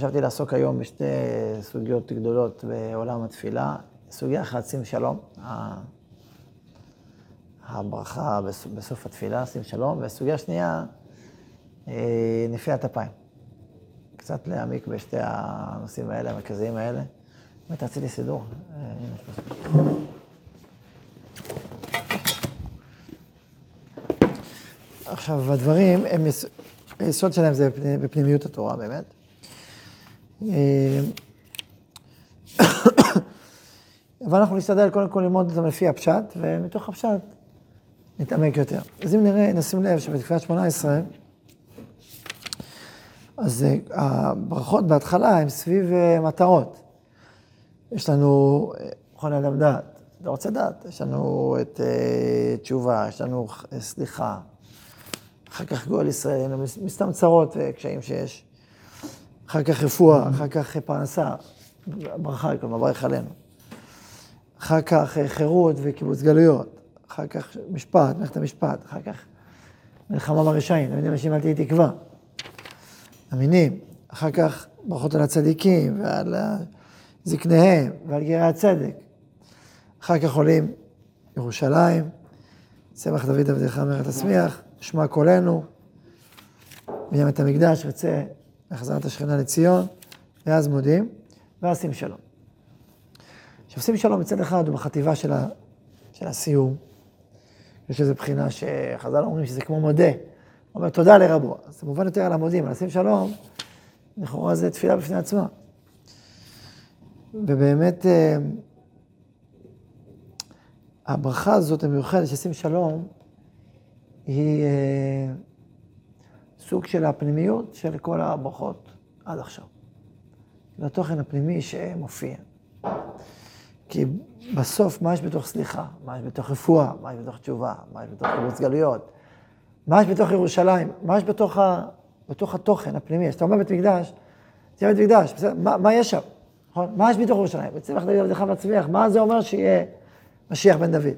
חשבתי לעסוק היום בשתי סוגיות גדולות בעולם התפילה. סוגיה אחת, שים שלום, הברכה בסוף התפילה, שים שלום, וסוגיה שנייה, נפילת אפיים. קצת להעמיק בשתי הנושאים האלה, המרכזיים האלה. באמת רציתי סידור. עכשיו, הדברים, היסוד שלהם זה בפנימיות התורה, באמת. אבל אנחנו נשתדל קודם כל ללמוד אותם לפי הפשט, ומתוך הפשט נתעמק יותר. אז אם נראה, נשים לב שבתפילת 18, אז הברכות בהתחלה הן סביב מטרות. יש לנו מכון אדם דעת, אתה רוצה דעת, יש לנו את תשובה, יש לנו סליחה, אחר כך גואל ישראל, מסתם צרות וקשיים שיש, אחר כך רפואה, אחר כך פרנסה, ברכה, כלומר, ברך עלינו. אחר כך חירות וקיבוץ גלויות, אחר כך משפט, מלאכת המשפט, אחר כך מלחמה ברשעים, תמיד אנשים אל תהי תקווה, אמינים, אחר כך ברכות על הצדיקים ועל זקניהם ועל גרי הצדק, אחר כך עולים ירושלים, צמח דוד עבדך מהרה תשמיח, שמע קולנו, בניין בית המקדש, רצה לחזרת השכינה לציון, ואז מודים, ואז שים שלום. עכשיו, שים שלום מצד אחד הוא בחטיבה של הסיום. יש איזו בחינה שחז"ל אומרים שזה כמו מודה. הוא אומר תודה לרבו. אז זה מובן יותר על המודים, אבל שים שלום, לכאורה זה תפילה בפני עצמה. ובאמת, הברכה הזאת המיוחדת ששים שלום, היא סוג של הפנימיות של כל הברכות עד עכשיו. זה התוכן הפנימי שמופיע. כי בסוף, מה יש בתוך סליחה? מה יש בתוך רפואה? מה יש בתוך תשובה? מה יש בתוך קיבוץ גלויות? מה יש בתוך ירושלים? מה יש בתוך התוכן הפנימי? כשאתה אומר בית מקדש, זה בית מקדש, מה יש שם? נכון? מה יש בתוך ירושלים? וצמח דוד עבדך מצמיח, מה זה אומר שיהיה משיח בן דוד?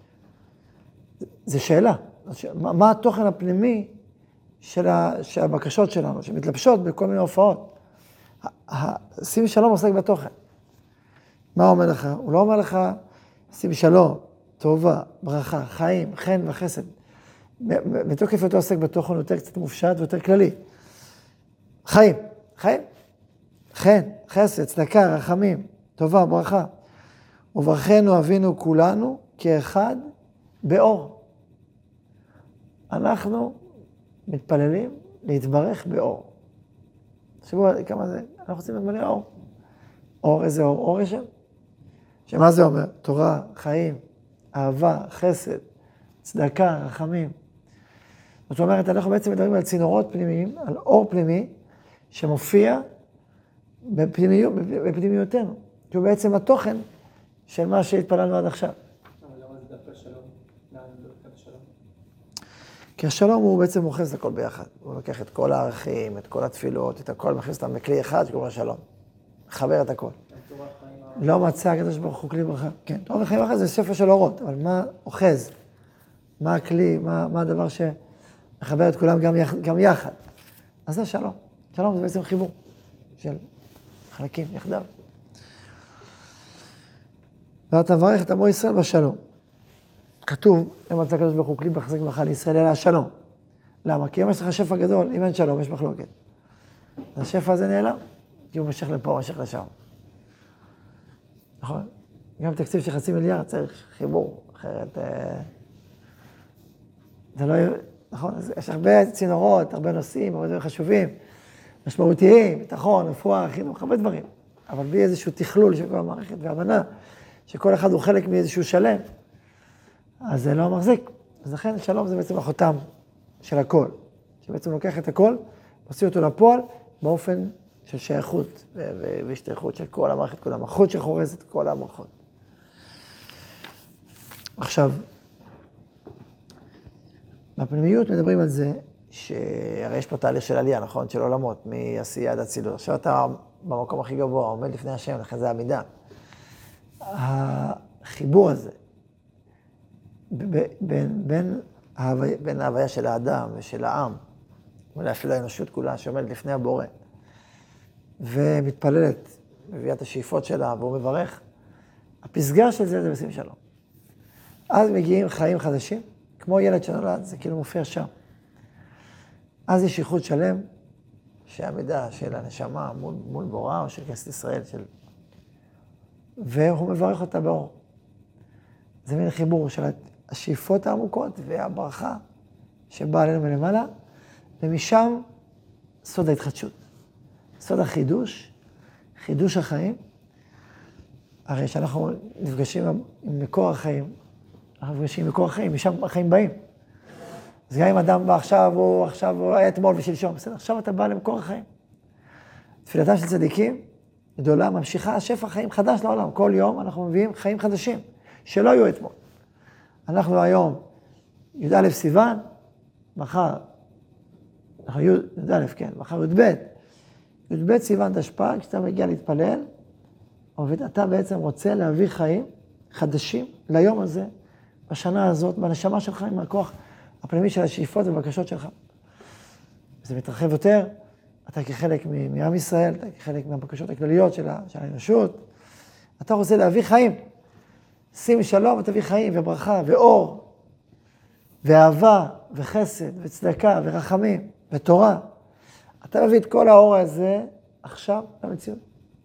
זה שאלה. מה התוכן הפנימי של הבקשות שלנו, שמתלבשות בכל מיני הופעות? שים שלום עוסק בתוכן. מה הוא אומר לך? הוא לא אומר לך, שים שלום, טובה, ברכה, חיים, חן וחסד. בתוקף אותו עוסק בתוכן יותר קצת מופשט ויותר כללי. חיים, חן, חסד, צדקה, רחמים, טובה, ברכה. וברכנו אבינו כולנו כאחד באור. אנחנו מתפללים להתברך באור. תחשבו כמה זה, אנחנו רוצים למלא אור. אור, איזה אור? אור יש שם. שמה זה אומר? תורה, חיים, אהבה, חסד, צדקה, רחמים. זאת אומרת, אנחנו בעצם מדברים על צינורות פנימיים, על אור פנימי, שמופיע בפנימיותנו. שהוא בעצם התוכן של מה שהתפללנו עד עכשיו. אבל למה זה דווקא שלום? למה זה דווקא שלום? כי השלום הוא בעצם מוכנס לכל ביחד. הוא לוקח את כל הערכים, את כל התפילות, את הכל, מכניס אותם בכלי אחד שקוראים שלום. מחבר את הכל. לא מצא הקדוש ברוך הוא כלי ברכה. כן, תורה וחיים אחרי זה ספר של אורות, אבל מה אוחז? מה הכלי? מה הדבר שמחבר את כולם גם יחד? אז זה שלום. שלום זה בעצם חיבור של חלקים יחדיו. ואתה מברך את עמו ישראל בשלום. כתוב, לא מצא הקדוש ברוך הוא כלי בחזק ברכה לישראל אלא השלום. למה? כי אם יש לך שפע גדול, אם אין שלום, יש מחלוקת. אז השפע הזה נעלם, כי הוא משך לפה, משך לשם. נכון? גם תקציב של 500 מיליארד צריך חיבור, אחרת זה לא יהיה, נכון? יש הרבה צינורות, הרבה נושאים, הרבה דברים חשובים, משמעותיים, ביטחון, רפואה, חינוך, הרבה דברים. אבל בלי איזשהו תכלול של כל המערכת והבנה, שכל אחד הוא חלק מאיזשהו שלם, אז זה לא מחזיק. אז לכן שלום זה בעצם החותם של הכל, שבעצם לוקח את הכל, מוציא אותו לפועל באופן של שייכות והשתייכות של כל המערכת, כל המערכות שחורזת כל המערכות. עכשיו, בפנימיות מדברים על זה, שהרי יש פה תהליך של עלייה, נכון? של עולמות, מעשייה עד אצילות. עכשיו אתה במקום הכי גבוה, עומד לפני השם, לכן זה עמידה. החיבור הזה, בין ההוויה של האדם ושל העם, ואולי אפילו האנושות כולה שעומדת לפני הבורא, ומתפללת, מביאה את השאיפות שלה והוא מברך, הפסגה של זה בשים שלום. אז מגיעים חיים חדשים, כמו ילד שנולד, זה כאילו מופיע שם. אז יש ייחוד שלם, שהמידה של הנשמה מול בורא, או של כנסת ישראל, והוא מברך אותה באור. זה מין חיבור של השאיפות העמוקות והברכה שבאה עלינו מלמעלה, ומשם סוד ההתחדשות. סוד החידוש, חידוש החיים. הרי שאנחנו נפגשים עם מקור החיים, אנחנו נפגשים עם מקור החיים, משם החיים באים. אז גם אם אדם בא עכשיו, הוא היה אתמול ושלשום, בסדר, עכשיו אתה בא למקור החיים. תפילתם של צדיקים, גדולה, ממשיכה שפע חיים חדש לעולם. כל יום אנחנו מביאים חיים חדשים, שלא היו אתמול. אנחנו היום, י"א סיוון, מחר, אנחנו י"א, כן, מחר י"ב סיוון תשפ"ג, כשאתה מגיע להתפלל, אתה בעצם רוצה להביא חיים חדשים ליום הזה, בשנה הזאת, בנשמה שלך, עם הכוח הפנימי של השאיפות ובקשות שלך. זה מתרחב יותר, אתה כחלק מעם ישראל, אתה כחלק מהבקשות הכלליות של האנושות, אתה רוצה להביא חיים. שים שלום ותביא חיים וברכה ואור ואהבה וחסד וצדקה ורחמים ותורה. אתה מביא את כל האור הזה עכשיו למציאות.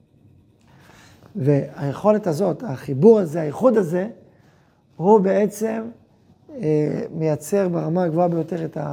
והיכולת הזאת, החיבור הזה, הייחוד הזה, הוא בעצם מייצר ברמה הגבוהה ביותר את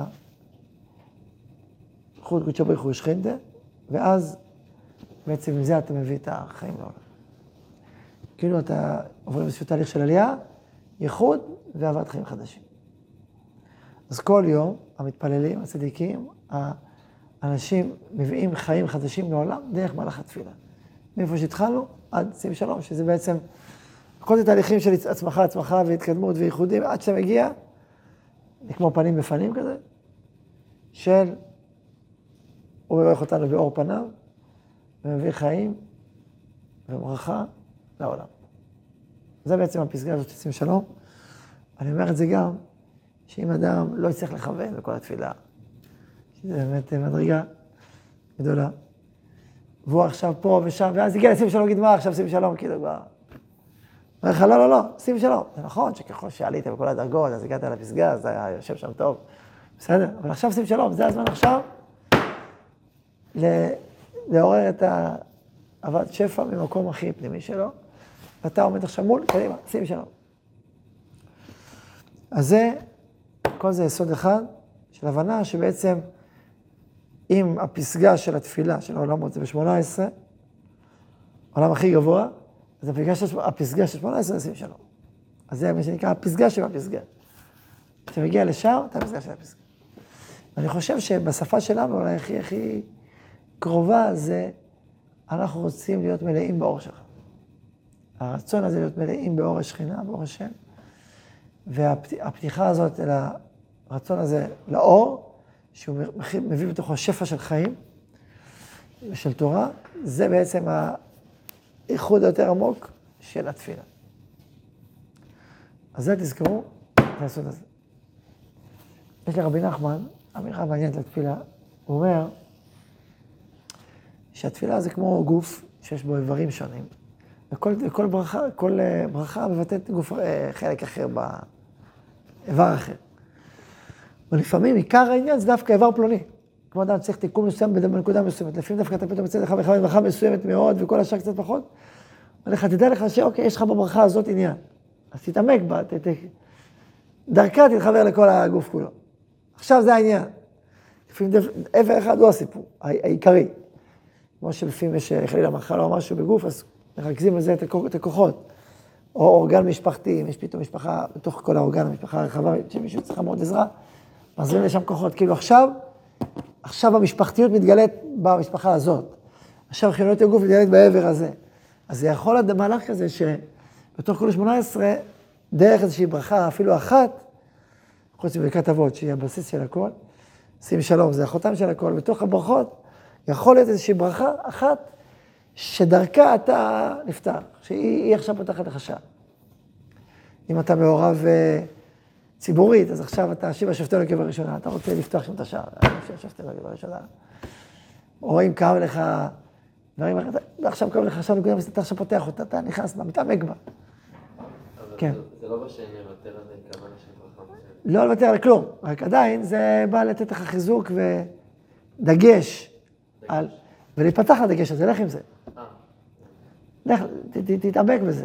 הייחוד קודשו ברוך הוא שכינתה, ואז בעצם עם זה אתה מביא את החיים לעולם. כאילו אתה עובר בסביב תהליך של עלייה, ייחוד ואהבת חיים חדשים. אז כל יום המתפללים, הצדיקים, האנשים מביאים חיים חדשים לעולם דרך מהלך התפילה. מאיפה שהתחלנו עד שים שלום, שזה בעצם כל זה תהליכים של הצמחה והתקדמות וייחודים, עד שאתה מגיע, זה כמו פנים בפנים כזה, של הוא מברך אותנו באור פניו, ומביא חיים וברכה לעולם. זה בעצם הפסגה הזאת של שים שלום. אני אומר את זה גם, שאם אדם לא יצטרך לכוון בכל התפילה, שזה באמת מדרגה גדולה, והוא עכשיו פה ושם, ואז הגיע לשים שלום, גיד מה, עכשיו שים שלום, כאילו כבר. אומר לך, לא, שים שלום. זה נכון שככל שעלית בכל הדרגות, אז הגעת לפסגה, אז היה יושב שם טוב. בסדר? אבל עכשיו שים שלום, זה הזמן עכשיו לעורר את אהבת שפע ממקום הכי פנימי שלו, ואתה עומד עכשיו מול, קדימה, שים שלום. אז זה, כל זה יסוד אחד של הבנה שבעצם אם הפסגה של התפילה של העולמות זה ב-18, העולם הכי גבוה, אז הפסגה של 18 זה שים שלום. אז זה מה שנקרא הפסגה של הפסגה. כשאתה מגיע לשם, אתה הפסגה של הפסגה. ואני חושב שבשפה שלנו, הכי קרובה זה, אנחנו רוצים להיות מלאים באור שלך. הרצון הזה להיות מלאים באור השכינה, באור השם. והפתיחה הזאת, הרצון הזה לאור, שהוא מביא בתוכו שפע של חיים ושל תורה, זה בעצם האיחוד היותר עמוק של התפילה. אז זה תזכרו, זה הסוד הזה. יש לרבי נחמן, אמירה מעניינת לתפילה, הוא אומר שהתפילה זה כמו גוף שיש בו איברים שונים, וכל ברכה מבטאת גוף חלק אחר באיבר אחר. ולפעמים עיקר העניין זה דווקא איבר פלוני. כמו אדם צריך תיקון מסוים בנקודה מסוימת. לפעמים דווקא אתה פתאום מצא לך ברכה מסוימת מאוד וכל השאר קצת פחות. אבל לך תדע לך שאוקיי, יש לך בברכה הזאת עניין. אז תתעמק בה, דרכה תתחבר לכל הגוף כולו. עכשיו זה העניין. לפעמים עבר אחד הוא הסיפור, העיקרי. כמו שלפעמים יש חלילה מחלה או משהו בגוף, אז מרכזים על זה את הכוחות. או אורגן משפחתי, אם יש פתאום משפחה, בתוך כל האורגן, המשפחה הרחבה, שמישהו צריכה מאוד עזרה, מזרים לשם כוחות. כאילו עכשיו המשפחתיות מתגלית במשפחה הזאת. עכשיו חיוניות הגוף מתגלית בעבר הזה. אז זה יכול להיות מהלך כזה שבתוך כל 18, דרך איזושהי ברכה, אפילו אחת, חוץ מברכת אבות, שהיא הבסיס של הכל, שים שלום, זה החותם של הכל, בתוך הברכות, יכול להיות איזושהי ברכה אחת, שדרכה אתה נפטר, שהיא עכשיו פותחת לך שער. אם אתה מעורב ציבורית, אז עכשיו אתה שיבה שופטנו לקבר ראשונה, אתה רוצה לפתוח שם את השער, שופטנו לקבר ראשונה. או אם קם לך דברים אחרים, ועכשיו קוראים לך עכשיו נקודה מסוימת, אתה עכשיו פותח אותה, אתה נכנס בה, מתעמק בה. כן. זה לא בשני לוותר על זה, כמה אנשים ברכה. לא לוותר על כלום, רק עדיין זה בא לתת לך חיזוק ודגש על... ולהתפתח לדגש הזה, לך עם זה. לך, תתעמק בזה.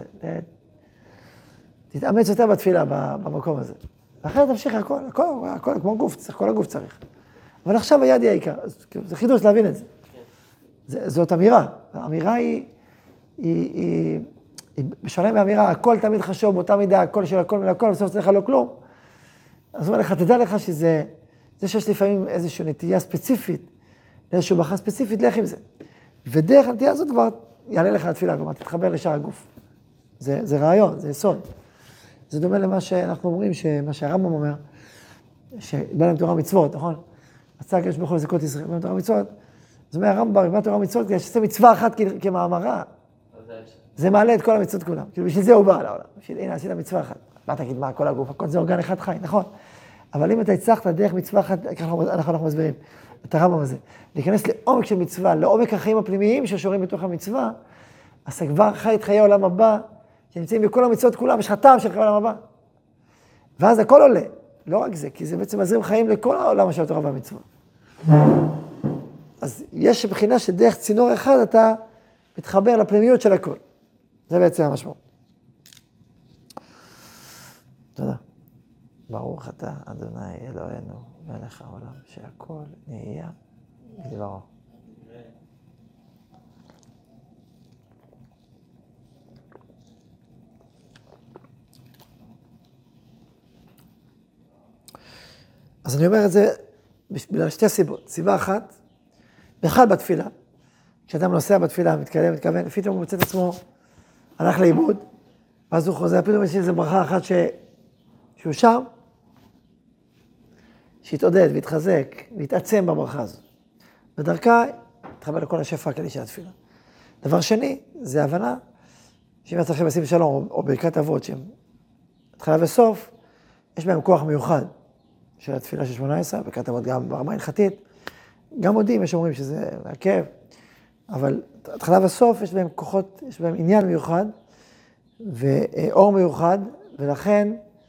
תתאמץ יותר בתפילה במקום הזה. ואחרי תמשיך הכל, כמו גוף, כל הגוף צריך. אבל עכשיו היד היא העיקר, זה חידוש להבין את זה. זאת אמירה. האמירה היא בשונה מאמירה, הכל תמיד חשוב, באותה מידה, הכל של הכל מלהכל, בסוף צריך לא כלום. אז אומר לך, תדע לך שזה שיש לפעמים איזושהי נטייה ספציפית, איזושהי ברכה ספציפית, לך עם זה. ודרך הנטייה הזאת כבר יעלה לך לתפילה, כלומר, תתחבר לשאר הגוף. זה רעיון, זה יסוד. זה דומה למה שאנחנו אומרים, מה שהרמב"ם אומר, שבא להם תורה ומצוות, נכון? מצא הקדוש ברוך הוא לזכות ישראל, בא להם תורה ומצוות. אז אומר הרמב"ם, בא תורה ומצוות, כדי שעשה מצווה אחת כמאמרה. זה מעלה את כל המצוות כולם. כאילו בשביל זה הוא בא לעולם. הנה, עשית מצווה אחת. מה תגיד, מה, כל הגוף, הכל זה אורגן אחד חי, נכון? אבל אם אתה הצלחת דרך מצווה אחת, אנחנו מסבירים את הרמב"ם הזה, להיכנס לעומק של מצווה, לעומק החיים הפנימיים ששורים בתוך המצווה, אז אתה כבר חי את חיי העולם הבא, שנמצאים בכל המצוות כולם, יש לך טעם של חיי העולם הבא. ואז הכל עולה. לא רק זה, כי זה בעצם מזרים חיים לכל העולם של התורה והמצווה. אז יש מבחינה שדרך צינור אחד אתה מתחבר לפנימיות של הכל. זה בעצם המשמעות. תודה. ברוך אתה, אדוני אלוהינו, מלך העולם, שהכל נהיה בדברו. אז אני אומר את זה בגלל שתי סיבות. סיבה אחת, בכלל בתפילה, כשאדם נוסע בתפילה, מתקדם, פתאום הוא מוצא את עצמו, הלך לאיבוד, ואז הוא חוזר, פתאום יש איזו ברכה אחת שהוא שם, שיתעודד ויתחזק ויתעצם בברכה הזו. בדרכה, תחבר לכל השפע הכללי של התפילה. דבר שני, זה הבנה, שאם אתה צריכים לשים שלום, או ברכת אבות, שהם התחלה וסוף, יש בהם כוח מיוחד של התפילה של 18, ברכת אבות גם ברמה הלכתית, גם מודים, יש אומרים שזה מעכב, אבל התחלה וסוף יש בהם כוחות, יש בהם עניין מיוחד, ואור מיוחד, ולכן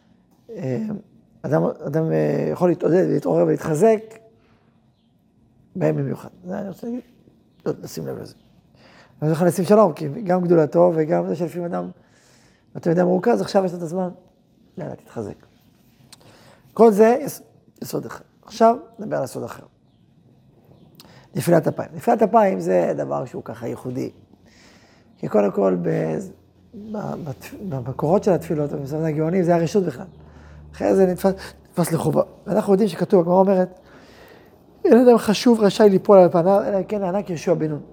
אדם יכול להתעודד ולהתעורר ולהתחזק בהם במיוחד. זה אני רוצה להגיד, לשים לב לזה. אני רוצה לשים שלום, כי גם גדולתו וגם זה שלפעמים אדם, ואתה יודע מרוכז, עכשיו יש לו את הזמן, תתחזק. כל זה יסוד אחר. עכשיו נדבר על יסוד אחר. נפילת אפיים. נפילת אפיים זה דבר שהוא ככה ייחודי. כי קודם כל, במקורות של התפילות, במסורת הגאונים, זה הרשות בכלל. אחרי זה נתפס לחובה. ואנחנו יודעים שכתוב, הגמרא אומרת, אין אדם חשוב רשאי ליפול על פניו, אלא כן הענק יהושע בן נון.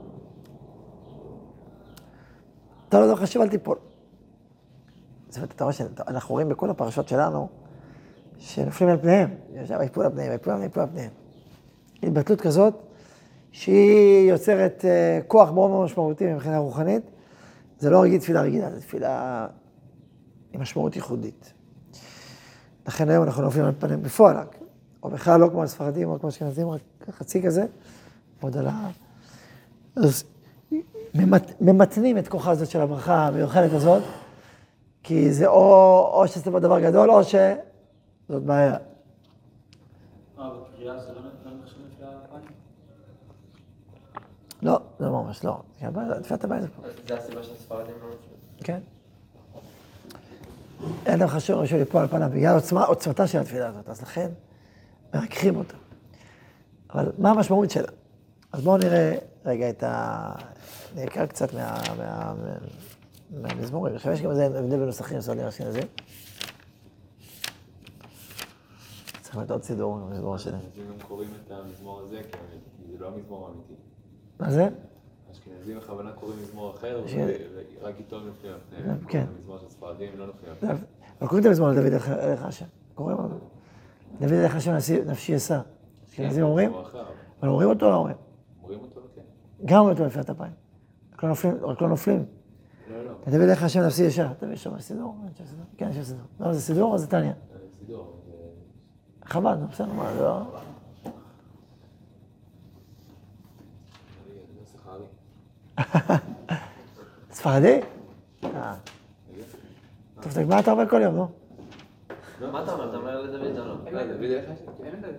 אתה לא אדם חשוב, אל תיפול. זאת אומרת, אתה רואה שאנחנו רואים בכל הפרשות שלנו, שנופלים על פניהם. עכשיו יפול על פניהם, יפול על פניהם. התבטלות כזאת, שהיא יוצרת כוח מאוד מאוד משמעותי מבחינה רוחנית. זה לא רגיל תפילה רגילה, זה תפילה עם משמעות ייחודית. לכן היום אנחנו נופלים על פניהם בפועל, או בכלל לא כמו הספרדים, או כמו אשכנזים, רק חצי כזה, עוד על אז ממתנים את כוחה הזאת של הברכה המיוחדת הזאת, כי זה או שזה דבר גדול, או שזאת בעיה. בקריאה זה לא נחשב נפילה על הפנים? לא, זה ממש לא. תפילת הבית זה פה. זה הסיבה שהספרדים לא נופלים. כן. אין אדם חשוב ראשון ליפול על פניו, בגלל עוצמתה של התפילה הזאת, אז לכן מרככים אותה. אבל מה המשמעות שלה? אז בואו נראה רגע נעקר קצת מהמזמורים. עכשיו יש גם איזה הבדל בנוסחים, סעודים אשכנזים. צריך לתת עוד סידור במזמור השני. אשכנזים גם קוראים את המזמור הזה, כי זה לא המזמור האמיתי. מה זה? אשכנזים בכוונה קוראים מזמור אחר, ורק איתו נופלים על פניהם. כן. המזמור של ספרדים לא נופלים על פניהם. אבל קוראים את המזמור על דוד אליך השם. קוראים לו. דוד אליך השם נפשי אשא. אשכנזים אומרים? אבל אומרים אותו או לא אומרים? אומרים אותו, כן. גם אומרים אותו נפילת אפיים. רק לא נופלים. לא, לא. דוד אליך השם נפשי אשא. תביא שם סידור? כן, יש סידור. לא, זה סידור או זה טניה? סידור. חב"ד, בסדר, מה, לא? ספרדי? טוב, מה אתה אומר כל יום, לא? מה אתה אומר? אתה אומר לדוד או לא? לא, דוד איך השם? אין את זה.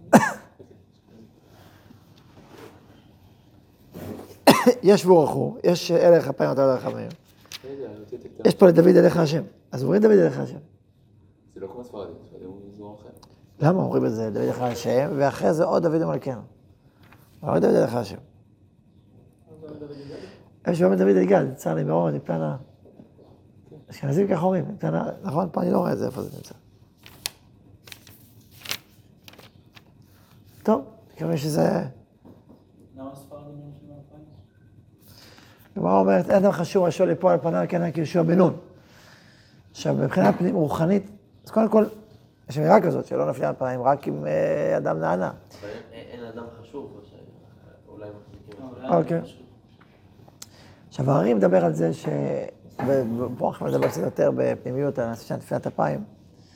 יש בורכו, יש אליך אפיים אתה הולך חמים. יש פה לדוד אליך השם. אז אומרים דוד אליך השם. זה לא כמו ספרדי, ספרדי הוא מזמור אחר. למה אומרים את זה דוד אליך השם, ואחרי זה עוד דוד המלכנו. אומרים דוד אליך השם. איפה שאומרים דוד אליגד, צר לי מאוד, מפלנה. אשכנזים ככה אומרים, מפלנה, נכון? פה אני לא רואה את זה, איפה זה נמצא. טוב, נקווה שזה... למה ספרדים לא נושאים אלפיים? הגמרא אומרת, אין אדם חשוב ראשו ליפול על פניו כן רק יהושע בן נון. עכשיו, מבחינה רוחנית, אז קודם כל, יש אמירה כזאת, שלא נפלים על פנים, רק אם אדם נענה. אבל אין אדם חשוב, או שאולי מחזיקים את אולי אוקיי. משהו. עכשיו, הארי מדבר על זה ופה אנחנו מדבר קצת יותר בפנימיות, על הנושא של נפילת אפיים.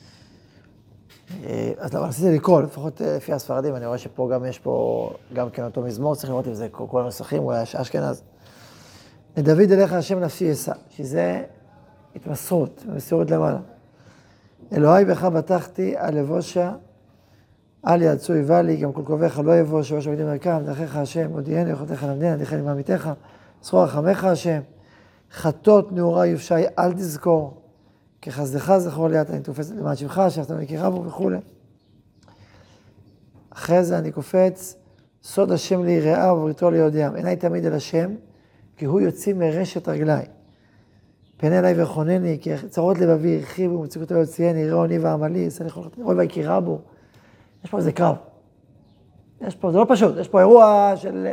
אז לא, רציתי לקרוא, לפחות לפי הספרדים, אני רואה שפה גם יש פה, גם כן אותו מזמור, צריך לראות אם זה כל הנוסחים, אולי אשכנז. לדוד אליך השם נפשי יסע, שזה התמסרות, מסירות למעלה. אלוהי בך בטחתי, על לבושה, אל יעצו יבא לי, גם כל קרוביך לא יבוש, ראש עובדים מרכם, דרכיך השם, הודיעני, יכולתך למדני, עדיכני מעמיתך, זכור רחמך השם, חטות נעורה יופשי, אל תזכור, כחסדך זכור לי, אני תופס למען שמך, שאתה מכירה בו וכו'. אחרי זה אני קופץ, סוד השם ליראה ובריתו ליודעם, עיניי תמיד אל השם, כי הוא יוציא מרשת רגליי. פנה אליי וחונני, כי צרות לבבי הרחיבו, ומצוקותו יוציאני, יראה עוני ועמלי, יעשה לי חולכתי, אוי ויקירה בו. יש פה איזה קרב. יש פה, זה לא פשוט, יש פה אירוע של...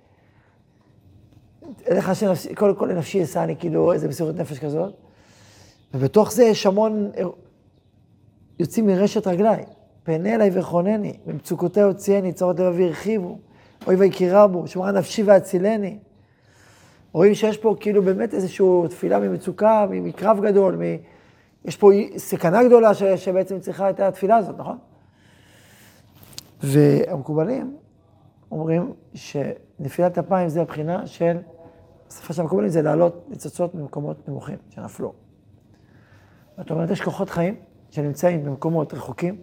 אליך השם, קודם כל לנפשי יסעני, כאילו איזה מסירות נפש כזאת. ובתוך זה יש המון יוצאים מרשת רגליי. פנה אליי וחונני, ומצוקותו יוציאני, צרות לבבי הרחיבו, אוי ויקירה בו, שמרה נפשי והצילני. רואים שיש פה כאילו באמת איזושהי תפילה ממצוקה, מקרב גדול, יש פה סכנה גדולה שבעצם צריכה את התפילה הזאת, נכון? והמקובלים אומרים שנפילת אפיים זה הבחינה של, השפה של המקובלים זה לעלות ניצוצות ממקומות נמוכים שנפלו. זאת אומרת, יש כוחות חיים שנמצאים במקומות רחוקים.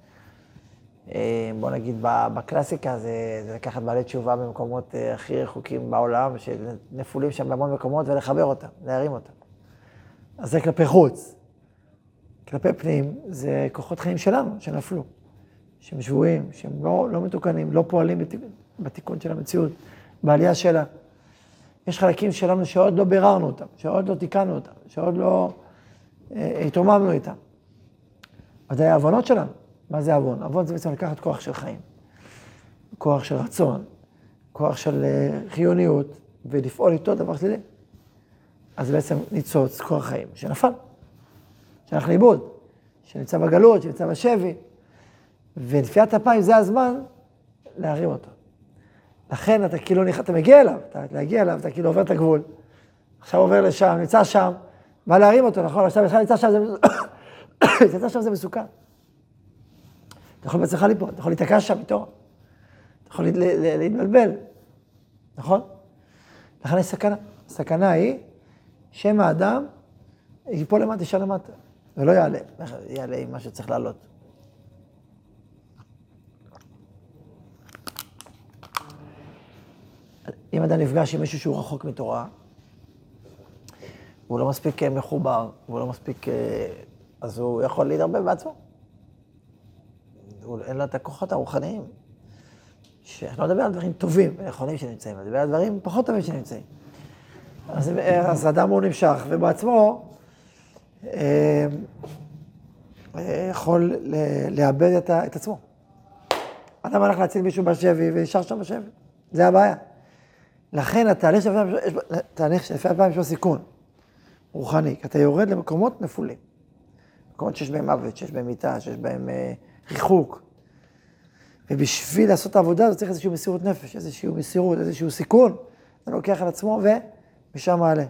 בוא נגיד, בקלאסיקה זה לקחת בעלי תשובה במקומות הכי רחוקים בעולם, שנפולים שם בהמון מקומות ולחבר אותם, להרים אותם. אז זה כלפי חוץ. כלפי פנים זה כוחות חיים שלנו שנפלו, שהם שבויים, שהם לא מתוקנים, לא פועלים בתיקון של המציאות, בעלייה שלה. יש חלקים שלנו שעוד לא ביררנו אותם, שעוד לא תיקנו אותם, שעוד לא התרוממנו איתם. אז זה ההבנות שלנו. מה זה אבון? אבון זה בעצם לקחת כוח של חיים, כוח של רצון, כוח של חיוניות, ולפעול איתו דבר שלילי. אז בעצם ניצוץ כוח חיים שנפל, שהלך לאיבוד, שנמצא בגלות, שנמצא בשבי, ונפילת אפיים זה הזמן להרים אותו. לכן אתה כאילו אתה מגיע אליו, אתה כאילו עובר את הגבול, עכשיו עובר לשם, נמצא שם, בא להרים אותו, נכון? עכשיו נמצא שם זה מסוכן. אתה יכול בעצמך ליפול, אתה יכול להתעקע שם איתו, אתה יכול להתבלבל, נכון? לכן יש סכנה. הסכנה היא שם האדם ייפול למטה, ישר למטה, ולא יעלה, יעלה עם מה שצריך לעלות. אם אדם נפגש עם מישהו שהוא רחוק מתורה, והוא לא מספיק מחובר, והוא לא מספיק, אז הוא יכול להתערבב בעצמו. אין לו את הכוחות הרוחניים. אנחנו לא מדבר על דברים טובים ונכונים שנמצאים, אנחנו מדבר על דברים פחות טובים שנמצאים. אז האדם הוא נמשך, ובעצמו יכול לאבד את עצמו. אדם הלך להציל מישהו בשבי ונשאר שם בשבי. זה הבעיה. לכן התהליך של נפילת אפיים יש לו סיכון רוחני, כי אתה יורד למקומות נפולים. מקומות שיש בהם מוות, שיש בהם מיטה, שיש בהם ריחוק. ובשביל לעשות את העבודה הזאת צריך איזושהי מסירות נפש, איזושהי מסירות, איזשהו סיכון. אתה לוקח על עצמו ומשם מעלה.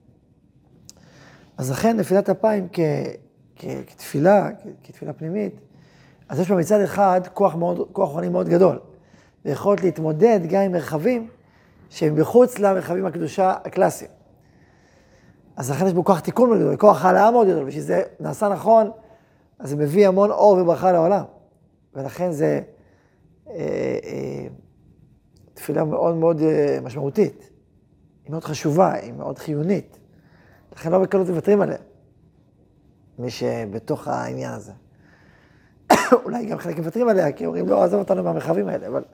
אז לכן נפילת אפיים כתפילה, כתפילה פנימית, אז יש בה מצד אחד כוח רוחני מאוד גדול. ויכולת להתמודד גם עם מרחבים שהם מחוץ למרחבים הקדושה הקלאסיים. אז לכן יש בו כוח תיקון מאוד גדול, כוח העלאה מאוד גדול, ושזה נעשה נכון, אז זה מביא המון אור וברכה לעולם. ולכן זה תפילה מאוד מאוד משמעותית. היא מאוד חשובה, היא מאוד חיונית. לכן לא בקלות מוותרים עליה. מי שבתוך העניין הזה. אולי גם חלק מוותרים עליה, כי אומרים, לא, עזוב אותנו מהמרחבים האלה, אבל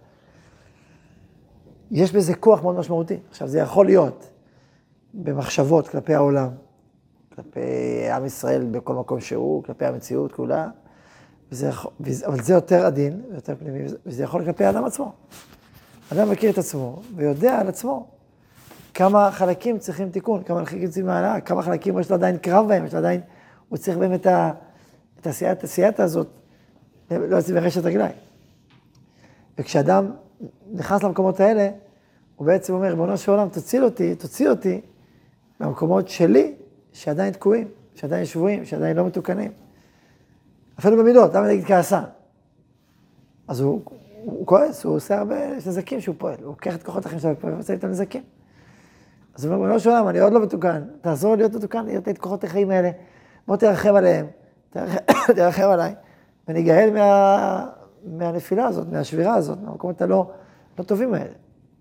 יש בזה כוח מאוד משמעותי. עכשיו, זה יכול להיות במחשבות כלפי העולם, כלפי עם ישראל בכל מקום שהוא, כלפי המציאות כולה, אבל זה יותר עדין, יותר פנימי, וזה יכול כלפי האדם עצמו. האדם מכיר את עצמו, ויודע על עצמו כמה חלקים צריכים תיקון, כמה חלקים צריכים מעלה, כמה חלקים יש לו עדיין קרב בהם, יש לו עדיין, הוא צריך בהם את הסייעתא הזאת, לא יוצאים ברשת רגליים. וכשאדם נכנס למקומות האלה, הוא בעצם אומר, ריבונו של עולם, תוציא אותי מהמקומות שלי, שעדיין תקועים, שעדיין שבויים, שעדיין לא מתוקנים. אפילו במידות, למה נגיד כעסן? אז הוא כועס, הוא עושה הרבה נזקים שהוא פועל, הוא לוקח את כוחות החיים שלו ועושה איתם נזקים. אז הוא אומר, ריבונו של עולם, אני עוד לא מתוקן, תעזור להיות מתוקן, להיות את כוחות החיים האלה, בוא תרחם עליהם, תרחם עליי, וניגאל מהנפילה הזאת, מהשבירה הזאת, מהמקומות הלא טובים האלה.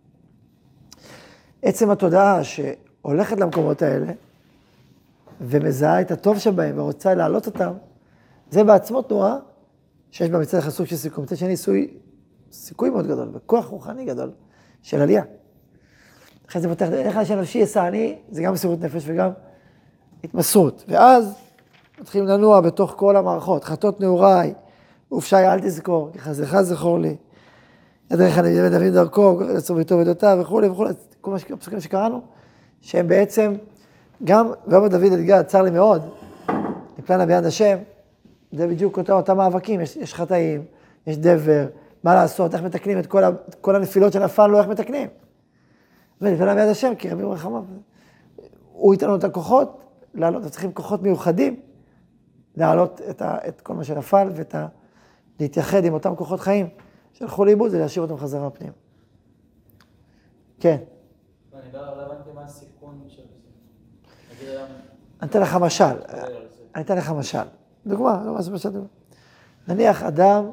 עצם התודעה שהולכת למקומות האלה, ומזהה את הטוב שבהם, ורוצה להעלות אותם, זה בעצמו תנועה, שיש בה מצד אחד סוג של סיכוי, מצד שני סיכוי מאוד גדול, וכוח רוחני גדול של עלייה. אחרי זה פותח, איך שנפשי יסע אני, זה גם מסירות נפש וגם התמסרות. ואז מתחילים לנוע בתוך כל המערכות, חטות נעוריי, ופשי אל תזכור, כי חזרך זכור לי. ידריך אני מדברים דרכו, לצור ביתו ודותיו וכו' וכו', כל הפסוקים שקראנו, שהם בעצם, גם ואומר דוד את גד, צר לי מאוד, נפלנה ביד השם, זה בדיוק אותם מאבקים, יש חטאים, יש דבר, מה לעשות, איך מתקנים את כל הנפילות שנפלנו, איך מתקנים. ונפלנה ביד השם, כי רבי רחמיו, הוא ייתן לנו את הכוחות, לעלות, צריכים כוחות מיוחדים, להעלות את כל מה שנפל, להתייחד עם אותם כוחות חיים, שהלכו לאיבוד, זה להשאיר אותם חזרה פנים. כן. אני לא הבנתי מה הסיכון של זה. אני אתן לך משל. דוגמה, לא משהו משל דוגמה. נניח אדם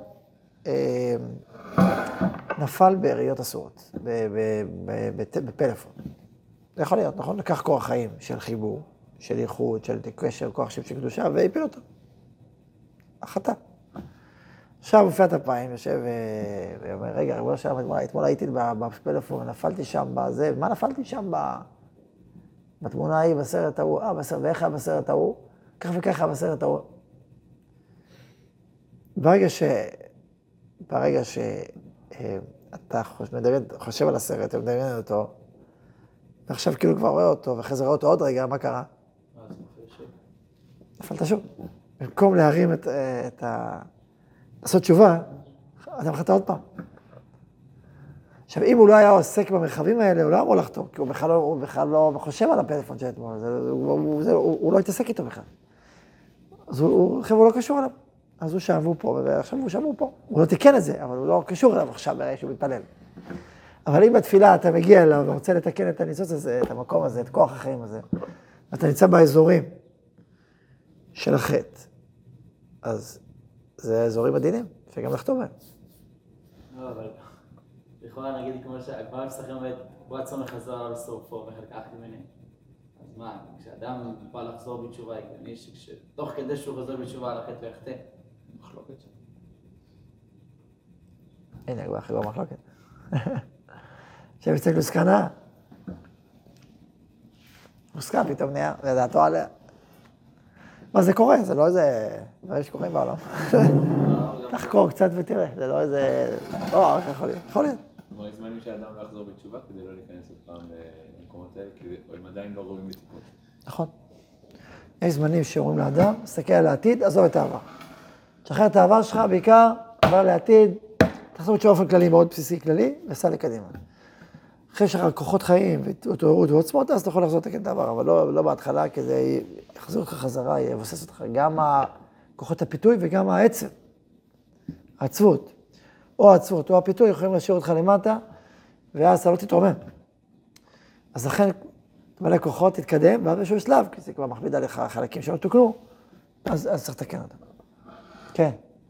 נפל בעיריות אסורות, בפלאפון. זה יכול להיות, נכון? לקח כוח חיים של חיבור, של ייחוד, של קשר, כוח של קדושה, והפיל אותו. החטא. עכשיו מופיע את הפעמים, יושב ואומר, רגע, ריבונו של עולם, אתמול הייתי בפלאפון, נפלתי שם בזה, מה נפלתי שם בתמונה ההיא, בסרט ההוא, ואיך היה בסרט ההוא? כך וכך היה בסרט ההוא. ברגע שאתה חושב על הסרט, אתה מדמיין אותו, ועכשיו כאילו כבר רואה אותו, ואחרי זה רואה אותו עוד רגע, מה קרה? נפלת שוב. במקום להרים לעשות תשובה, אתה מחטא עוד פעם. עכשיו, אם הוא לא היה עוסק במרחבים האלה, הוא לא אמור לחתום, כי הוא בכלל לא חושב על הפלאפון של אתמול, הוא לא התעסק איתו בכלל. אז הוא לא קשור אליו. אז הוא שם והוא פה, ועכשיו הוא שם והוא פה. הוא לא תיקן את זה, אבל הוא לא קשור אליו עכשיו ברגע שהוא מתפלל. אבל אם בתפילה אתה מגיע אליו ורוצה לתקן את הניצוץ הזה, את המקום הזה, את כוח החיים הזה, אתה נמצא באזורים של החטא, אז זה אזורים עדינים, שגם לחתום בהם. לא, אבל לכאורה נגיד כמו שהגמרא מסתכל אומרת, בוא עצום לחזור על שרופו וחלקחתי ממני. אז מה, כשאדם בא לחזור בתשובה, הגיוני שתוך כדי שהוא חוזר בתשובה על החטא ויחטא, מחלוקת שם. הנה, כבר אחרי מחלוקת. שבצק לוסקנה. לוסקה פתאום נהיה, לדעתו עליה. מה זה קורה? זה לא איזה דברים שקורים בעולם. תחקור קצת ותראה, זה לא איזה... לא, יכול להיות, יכול להיות. כלומר, יש זמנים שהאדם לא יחזור בתשובה כדי לא להיכנס עוד פעם למקומות האלה, כי הם עדיין לא רואים לתיקון. נכון. יש זמנים שאומרים לאדם, תסתכל על העתיד, עזוב את העבר. תשחרר את העבר שלך, בעיקר, עבר לעתיד, תחזור בתשובה באופן כללי, מאוד בסיסי כללי, וסע לקדימה. אחרי שלך כוחות חיים, והתעוררות ועוצמות, אז אתה יכול לחזור לתקן את העבר, אבל לא בהתחלה, כי זה יחזור אותך חזרה, יבסס אותך, גם כוחות הפיתוי וגם העצב, העצבות. או העצבות או הפיתוי יכולים להשאיר אותך למטה, ואז אתה לא תתרומם. אז לכן, תמלא כוחות, תתקדם, ואז באיזשהו שלב, כי זה כבר מכביד עליך חלקים שלא תוקנו, אז צריך לתקן אותם. כן.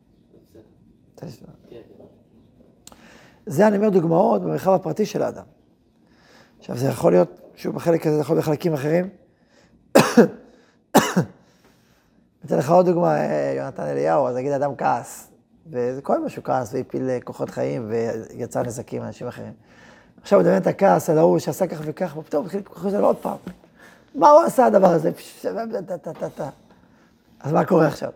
זה אני אומר דוגמאות במרחב הפרטי של האדם. עכשיו, זה יכול להיות, שוב, בחלק הזה, זה יכול להיות בחלקים אחרים. אתן לך עוד דוגמה, יונתן אליהו, אז נגיד אדם כעס, וזה כל משהו כעס, והפיל כוחות חיים, ויצר נזקים לאנשים אחרים. עכשיו הוא מדמיין את הכעס על ההוא שעשה כך וכך, ופתאום התחיל כוחות שלו עוד פעם. מה הוא עשה הדבר הזה? אז מה קורה עכשיו?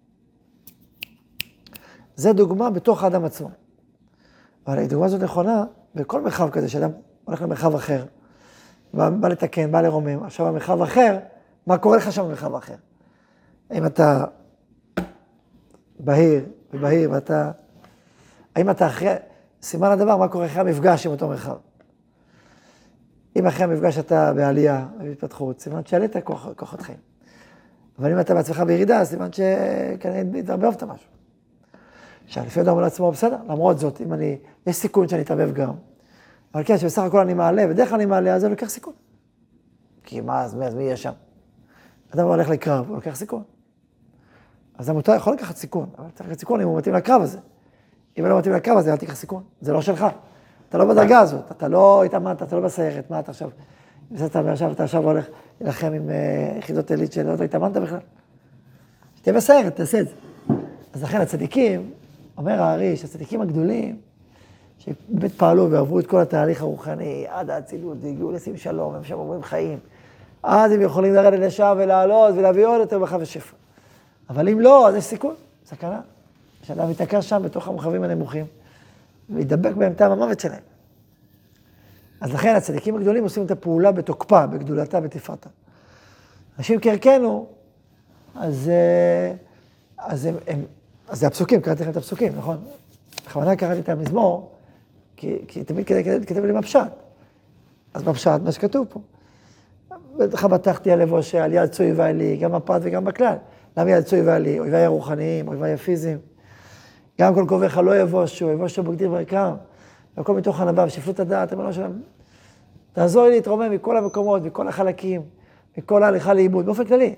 זה דוגמה בתוך האדם עצמו. אבל הדוגמה הזאת נכונה בכל מרחב כזה, שאדם הולך למרחב אחר, בא לתקן, בא לרומם. עכשיו במרחב אחר, מה קורה לך שם במרחב אחר? האם אתה בהיר ובהיר ואתה... האם אתה אחרי... סימן הדבר, מה קורה אחרי המפגש עם אותו מרחב? אם אחרי המפגש אתה בעלייה, בהתפתחות, סימן שעלית כוחות חיים. אבל אם אתה בעצמך בירידה, סימן שכנראה התערבבת משהו. עכשיו, לפי אדם לעצמו, בסדר, למרות זאת, אם אני... יש סיכון שאני אתערבב גם. אבל כן, שבסך הכל אני מעלה, בדרך כלל אני מעלה, אז אני לוקח סיכון. כי מה, אז מי יהיה שם? אדם הולך לקרב, הוא לוקח סיכון. אז המותר יכול לקחת סיכון, אבל צריך לקחת סיכון אם הוא מתאים לקרב הזה. אם לא מתאים לקרב הזה, אל תיקח סיכון. זה לא שלך. אתה לא בדרגה הזאת, אתה לא התאמנת, אתה לא בסיירת, מה אתה עכשיו? אתה עכשיו הולך ללחם עם יחידות עילית שלא התאמנת בכלל. שתהיה בסיירת, תעשה את זה. אז לכן הצדיקים, אומר האריש, הצדיקים הגדולים, שבאמת פעלו ועברו את כל התהליך הרוחני, עד האצילות, והגיעו לשים שלום, הם שם אומרים חיים. אז הם יכולים לרדת לשם ולעלות ולהביא עוד יותר ברכה ושפע. אבל אם לא, אז יש סיכון, סכנה. שאדם מתעקר שם בתוך המרחבים הנמוכים, וידבק בהם טעם המוות שלהם. אז לכן הצדיקים הגדולים עושים את הפעולה בתוקפה, בגדולתה, בתפארתה. אנשים כערכנו, אז זה הפסוקים, קראתי לכם את הפסוקים, נכון? בכוונה קראתי את המזמור, כי תמיד כתב לי בפשט. אז בפשט, מה שכתוב פה. בטח בטחתי על לבוש, על יד צוי ואלי, גם בפרט וגם בכלל. למה יד צוי ואלי? אויביי הרוחניים, אויביי הפיזיים. גם כל קובעך לא יבושו, יבושו בגדיר ורקם. והכל מתוך ענווה, ושפלות הדעת, אמרנו שלהם. תעזור לי להתרומם מכל המקומות, מכל החלקים, מכל ההליכה לאיבוד, באופן כללי.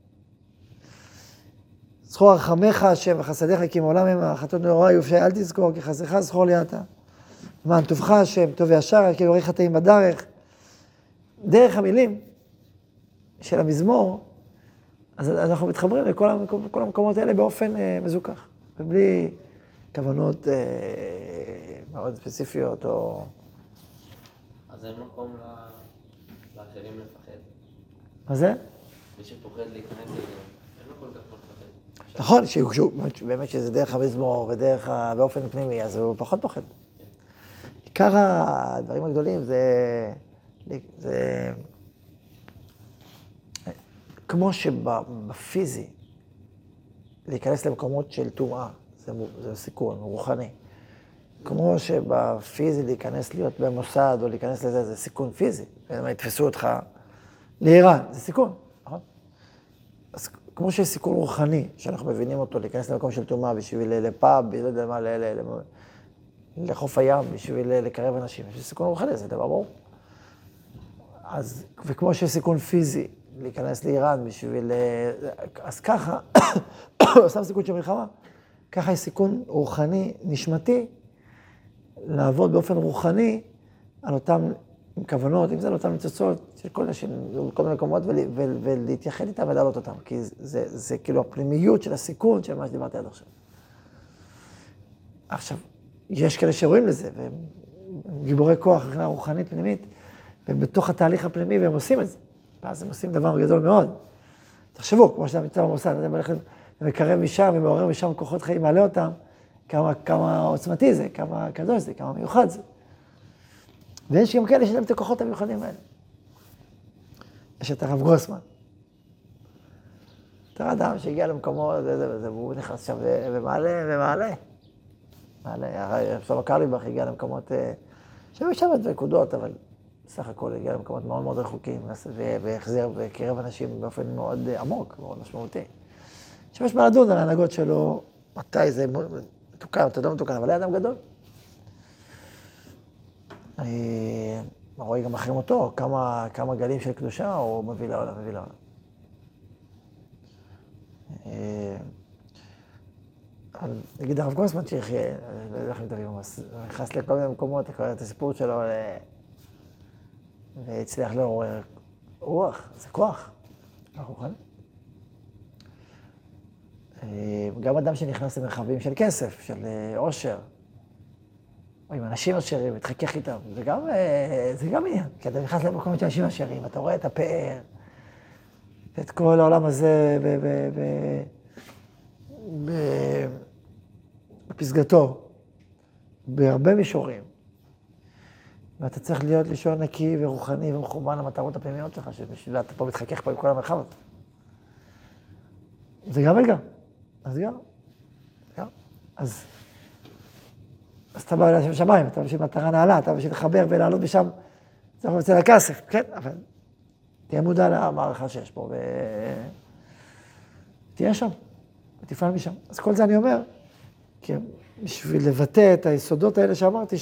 זכור רחמך השם וחסדיך כי מעולם המה, חטאות נורא יופשי, אל תזכור, כי חסדך זכור לי אתה. למען טובך השם, טוב וישר, כי יורך חטאים בדרך. דרך המילים של המזמור, אז אנחנו מתחברים לכל המקומות האלה באופן מזוכח, ובלי כוונות מאוד ספציפיות או... אז אין מקום לאחרים לפחד. מה זה? מי שפוחד להיכנס לזה, אין לו כל כך מפחד. נכון, באמת שזה דרך המזמור ודרך באופן פנימי, אז הוא פחות פוחד. עיקר הדברים הגדולים זה כמו שבפיזי, להיכנס למקומות של טומאה, זה סיכון, רוחני. כמו שבפיזי להיכנס להיות במוסד או להיכנס לזה, זה סיכון פיזי. והם יתפסו אותך לאיראן, זה סיכון, נכון? אז כמו שיש סיכון רוחני, שאנחנו מבינים אותו, להיכנס למקום של טומאה בשביל לפאב, לא יודע מה, לחוף הים, בשביל לקרב אנשים. יש סיכון רוחני, זה דבר ברור. אז, וכמו שיש סיכון פיזי, להיכנס לאיראן בשביל... אז ככה, עושה סיכון של מלחמה, ככה יש סיכון רוחני, נשמתי, לעבוד באופן רוחני על אותם כוונות, אם זה על אותם ניצוצות של כל אנשים, בכל מיני מקומות, ולהתייחד איתם ולהעלות אותם, כי זה כאילו הפנימיות של הסיכון של מה שדיברתי עד עכשיו. עכשיו, יש כאלה שרואים לזה, והם גיבורי כוח, מבחינה רוחנית פנימית, והם בתוך התהליך הפנימי, והם עושים את זה. ואז הם עושים דבר גדול מאוד. תחשבו, כמו שאתה מצא במוסד, אתם הולכים ומקרב משם ומעורר משם כוחות חיים, מעלה אותם, כמה עוצמתי זה, כמה קדוש זה, כמה מיוחד זה. ויש גם כאלה שיש להם את הכוחות המיוחדים האלה. יש את הרב גרוסמן. אתה אדם שהגיע למקומות, והוא נכנס שם ומעלה ומעלה. מעלה, שלמה קרליבך הגיע למקומות, שהיו שם את נקודות, אבל בסך הכל הגיע למקומות מאוד מאוד רחוקים, והחזיר וקרב אנשים באופן מאוד עמוק, מאוד משמעותי. עכשיו יש מה לדון על ההנהגות שלו, מתי זה מתוקן, אתה לא מתוקן, אבל היה אדם גדול. רואה גם אחרי מותו, כמה גלים של קדושה הוא מביא לעולם. נגיד הרב גרוסמן שיחיה, לא יודע איך אני מדבר, הוא נכנס לכל מיני מקומות, לקרוא את הסיפור שלו, והצליח לעורר רוח, זה כוח, רוחני. גם אדם שנכנס למרחבים של כסף, של עושר, או עם אנשים עשירים, מתחכך איתם, זה גם עניין, כי אתה נכנס למקומות של אנשים עשירים, אתה רואה את הפאר, את כל העולם הזה בפסגתו, בהרבה מישורים. ואתה צריך להיות לישון נקי ורוחני ומכוון למטרות הפנימיות שלך, שבשבילה אתה פה מתחכך פה עם כל המרחב הזה. זה גם וגם. אז אתה בא לשם שמיים, אתה בשביל מטרה נעלה, אתה בשביל לחבר ולעלות משם, צריך לצל הכסף, כן? אבל תהיה מודע למערכה שיש פה, ותהיה שם, ותפעל משם. אז כל זה אני אומר, כי בשביל לבטא את היסודות האלה שאמרתי,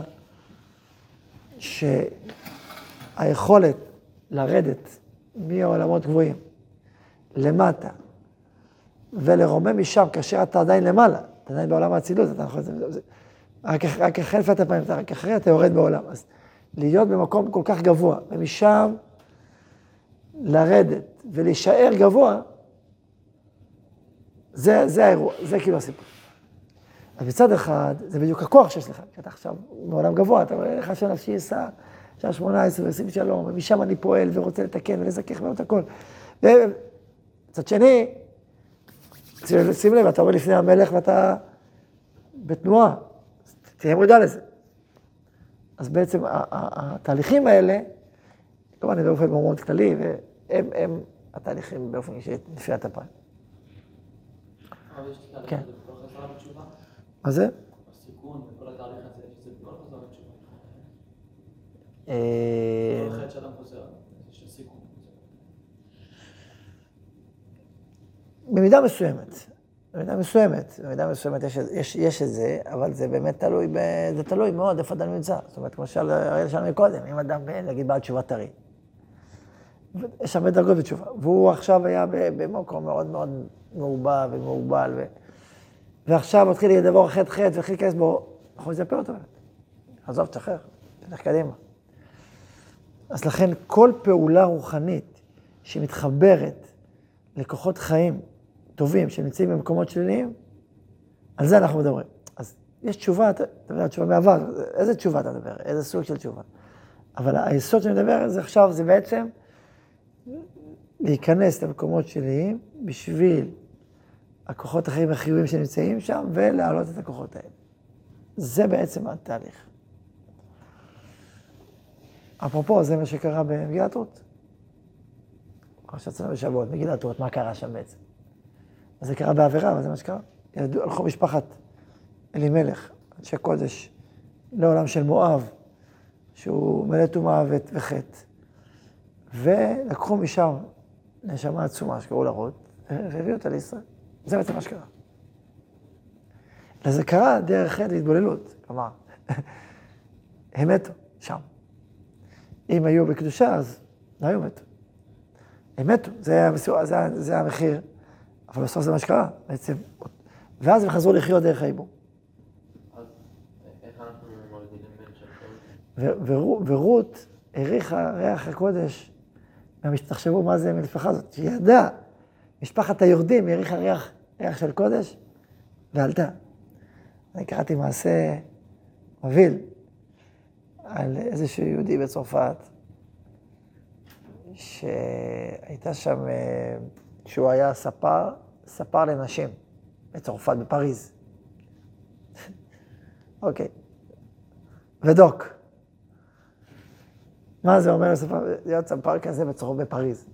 שהיכולת לרדת מהעולמות גבוהים, למטה, ולרומם משם, כאשר אתה עדיין למעלה, אתה עדיין בעולם האצילות, אתה יכול... רק אחרי לפת הפעמים, רק אחרי אתה יורד בעולם. אז להיות במקום כל כך גבוה, ומשם לרדת ולהישאר גבוה, זה האירוע, זה כאילו הסיפור. אז בצד אחד, זה בדיוק הכוח שיש לך, כי אתה עכשיו בעולם גבוה, אתה רואה לך שנפשי יישא, שעה 18 ועושים שלום, ומשם אני פועל ורוצה לתקן ולזכך ואת הכל. ובצד שני, שים לב, אתה עומד לפני המלך ואתה בתנועה, תהיה מודע לזה. אז בעצם התהליכים האלה, כמובן אני באופן מאוד כללי, והם התהליכים באופן אישי נפיית הפעם. אבל יש תהליך כן. הזה בכל חזרה בתשובה? מה זה? הסיכון וכל התהליך הזה, שזה בכל חזרה בתשובה. אה, כל חטא שאדם חוזר, יש סיכון. במידה מסוימת יש את זה, אבל זה באמת תלוי מאוד איפה אדם נמצא. זאת אומרת, כמו שהראינו שלנו מקודם, אם אדם, נגיד, בעל תשובה טרי. יש הרבה דרגות בתשובה, והוא עכשיו היה במקום מאוד מאוד מעובע ומעובל, ועכשיו מתחיל לדבר חטא, והתחיל להיכנס בו, אנחנו נזפה אותו. עזוב, תשחרר, תלך קדימה. אז לכן כל פעולה רוחנית שמתחברת לכוחות חיים טובים שנמצאים במקומות שליליים, על זה אנחנו מדברים. אז יש תשובה, אתה מדבר, תשובה מעבר, איזה תשובה אתה מדבר? איזה סוג של תשובה? אבל היסוד שאני מדבר על זה עכשיו, זה בעצם להיכנס למקומות שליליים בשביל הכוחות החיים החיוביים שנמצאים שם, ולהעלות את הכוחות האלה. זה בעצם התהליך. אפרופו, זה מה שקרה במגילת רות. כמו שיצאנו בשבועות, מגילת רות, מה קרה שם בעצם? אז זה קרה בעבירה, אבל זה מה שקרה. הלכו משפחת אלימלך, אנשי קודש, לעולם של מואב, שהוא מלא טומאה וחטא. ולקחו משם נשמה עצומה שקראו לה רות, והביאו אותה לישראל. זה בעצם מה שקרה. וזה קרה דרך חטא והתבוללות, כלומר, הם מתו שם. אם היו בקדושה, אז לא היו מתו. הם מתו, זה המחיר, אבל בסוף זה מה שקרה, בעצם. ואז הם חזרו לחיות דרך העיבור. אז איך אנחנו מרגילים בין של ורות העריכה ריח הקודש, תחשבו מה זה מלפחה הזאת, שהיא ידעה, משפחת היורדים העריכה ריח של קודש, ועלתה. אני קראתי מעשה מבהיל על איזשהו יהודי בצרפת, שהייתה שם, שהוא היה ספר לנשים בצרפת, בפריז. אוקיי. ודוק. מה זה אומר להיות ספר כזה בפריז?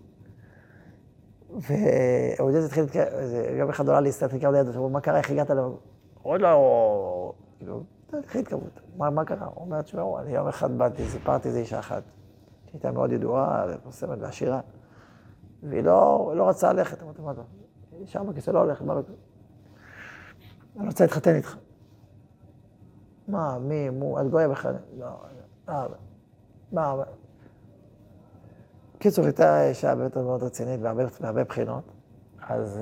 והיהודי התחיל, יום אחד עולה להסתכל לידו, שאומר, מה קרה, איך הגעת אליו? עוד לא, כאילו, התחיל התקרבות. מה קרה? הוא אומר, תשמעו, אני יום אחד באתי, סיפרתי איזה אישה אחת, שהייתה מאוד ידועה, מפורסמת ועשירה, והיא לא רצה ללכת, אמרתי, מה זה? היא שם בכיסא לא הולכת, מה לא? אני רוצה להתחתן איתך. מה, מי, מו, את גויה בכלל? לא. מה? קיצור, הייתה אישה באמת מאוד רצינית בהרבה בחינות, אז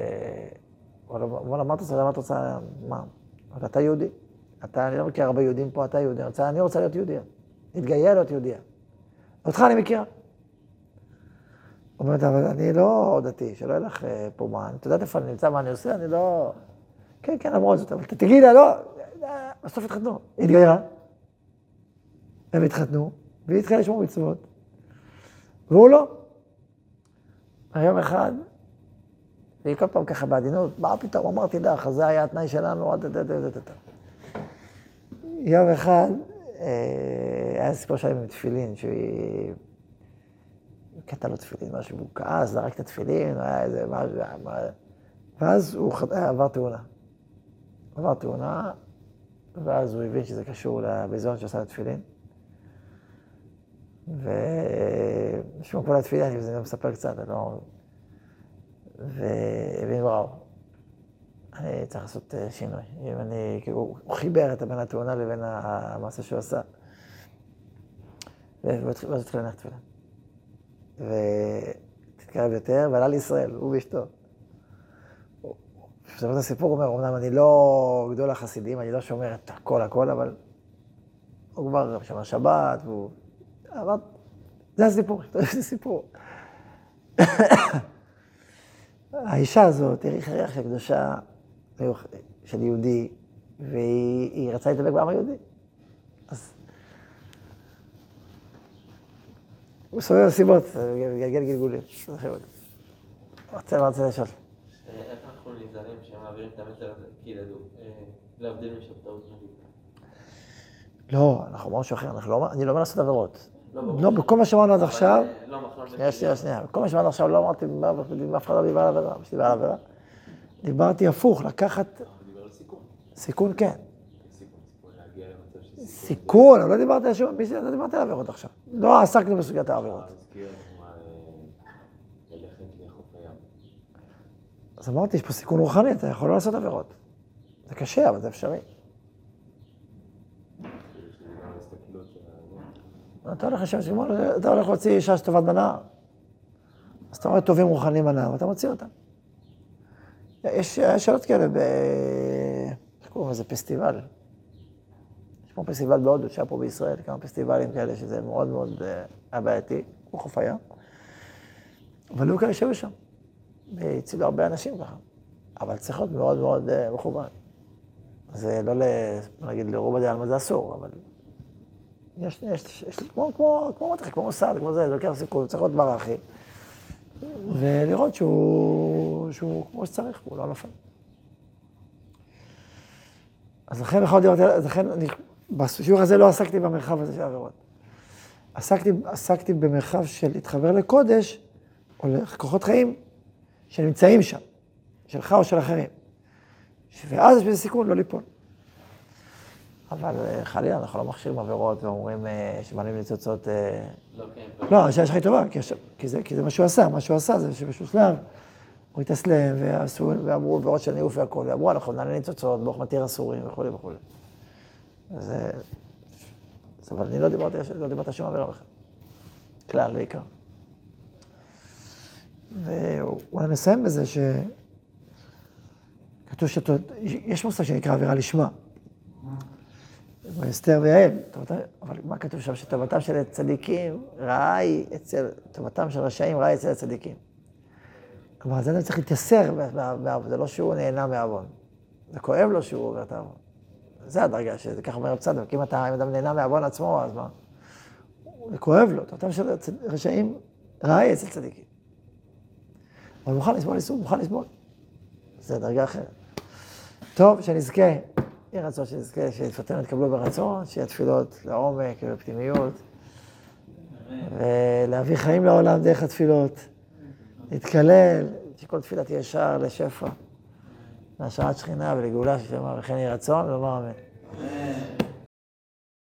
בוא אמרת למה את רוצה, מה? אבל אתה יהודי. אני לא מכיר הרבה יהודים פה, אתה יהודי. אני רוצה להיות יהודיה. להתגייר להיות יהודיה. אותך אני מכירה. אומרת, אבל אני לא דתי, שלא יהיה לך פה מה. אתה יודעת איפה אני נמצא, מה אני עושה, אני לא... כן, למרות זאת, אבל תגיד לה, לא, בסוף התחתנו. היא התגיירה. הם התחתנו, והיא התחילה לשמור מצוות. והוא לא. היום אחד, והיא כל פעם ככה בעדינות, מה פתאום, אמרתי לך, זה היה התנאי שלנו, יום אחד, היה סיפור שלהם עם תפילין, שהיא... קטע לו תפילין, משהו, הוא כעס, זרק את התפילין, היה איזה משהו, ואז הוא עבר תאונה, ואז הוא הבין שזה קשור לביזיון שעשה לתפילין. ושמעו כל התפילין, אני גם מספר קצת, והבין וואו, אני צריך לעשות שינוי. הוא חיבר את בין התאונה לבין המעשה שהוא עשה. ואז התחיל להניח תפילין. ותתקרב יותר, ועלה לישראל, הוא ואשתו. כשאתה הסיפור אומר, אמנם אני לא גדול החסידים, אני לא שומר את הכל, אבל הוא כבר שומר שבת, והוא... אבל זה הסיפור, זה סיפור. האישה הזאת, הריחה ריח של קדושה של יהודי, והיא רצה להתאבק בעם היהודי. אז הוא סובב סיבות, גלגל גלגולים. רוצה לשאול. איך אנחנו נזהרים שהם מעבירים את המסר הזה, כאילו, להבדיל משבתאות נגיד? לא, אנחנו משהו אחר, אני לא אומר לעשות עבירות. לא, בכל מה שאמרנו עד עכשיו, שנייה, בכל מה שאמרנו עכשיו לא אמרתי, אף אחד לא דיבר על עבירה, שדיבר על עבירה. דיברתי הפוך, לקחת... דיבר על סיכון. סיכון, כן. סיכון, להגיע למצב של סיכון, לא דיברתי על שום, לא דיברתי על עבירות עכשיו. לא עסקנו בסוגיית העבירות. ללכת לחוף הים. אז אמרתי, יש פה סיכון רוחני, אתה יכול לא לעשות עבירות. זה קשה, אבל זה אפשרי. אתה הולך לשם, אתה הולך להוציא אישה שטובת בנהר. אז אתה רואה טובים רוחנים בנהר, ואתה מוציא אותם. יש שאלות כאלה איך קוראים לזה? פסטיבל. יש פה פסטיבל בהודו, שהיה פה בישראל, כמה פסטיבלים כאלה, שזה מאוד מאוד הבעייתי, הוא חוף הים. אבל היו כאלה שהיו שם, והצילו הרבה אנשים ככה. אבל צריך להיות מאוד מאוד מכוון. זה לא להגיד לרוב הדעה, זה אסור, אבל... יש כמו מתחיל, כמו מוסד, כמו זה לוקח סיכון, צריך להיות ברחי, ולראות שהוא כמו שצריך, הוא לא נופל. אז לכן בשיעור הזה לא עסקתי במרחב הזה של העבירות. עסקתי במרחב של להתחבר לקודש, או לכוחות חיים שנמצאים שם, שלך או של אחרים. ואז יש בזה סיכון לא ליפול. אבל חלילה, אנחנו לא מכשירים עבירות ואומרים שמעלים ניצוצות... לא, השאלה שלך היא טובה, כי זה מה שהוא עשה. מה שהוא עשה זה שבשביל שלב הוא התאסלם ואמרו עבירות של ניאוף והכל, ואמרו, אנחנו נעלה ניצוצות, ברוך מתיר אסורים וכו' וכו'. אבל אני לא דיברתי שום עבירה בכלל. כלל, בעיקר. ואולי נסיים בזה כתוב יש מושג שנקרא עבירה לשמה. אסתר ויעל, אבל מה כתוב שם? שטובתם של צדיקים טובתם של רשעים רעה אצל הצדיקים. כלומר, זה צריך להתייסר מהעבוד, זה לא שהוא נהנה מהעבוד. זה כואב לו שהוא עובר את העבוד. זה הדרגה שזה ככה אומר בצדק, כי אם אדם נהנה מהעבוד עצמו, אז מה? זה כואב לו, טובתם של רשעים רעה אצל צדיקים. אבל מוכן לסבול איסור, מוכן לסבול. זה דרגה אחרת. טוב, שנזכה. יהיה רצון שנזכה, שתפילותינו יתקבלו ברצון, שיהיה תפילות לעומק ובפנימיות, ולהביא חיים לעולם דרך התפילות, להתקלל, שכל תפילה תהיה שער לשפע, להשראת שכינה ולגאולה של שלמה, וכן יהיה רצון, ולומר אמן.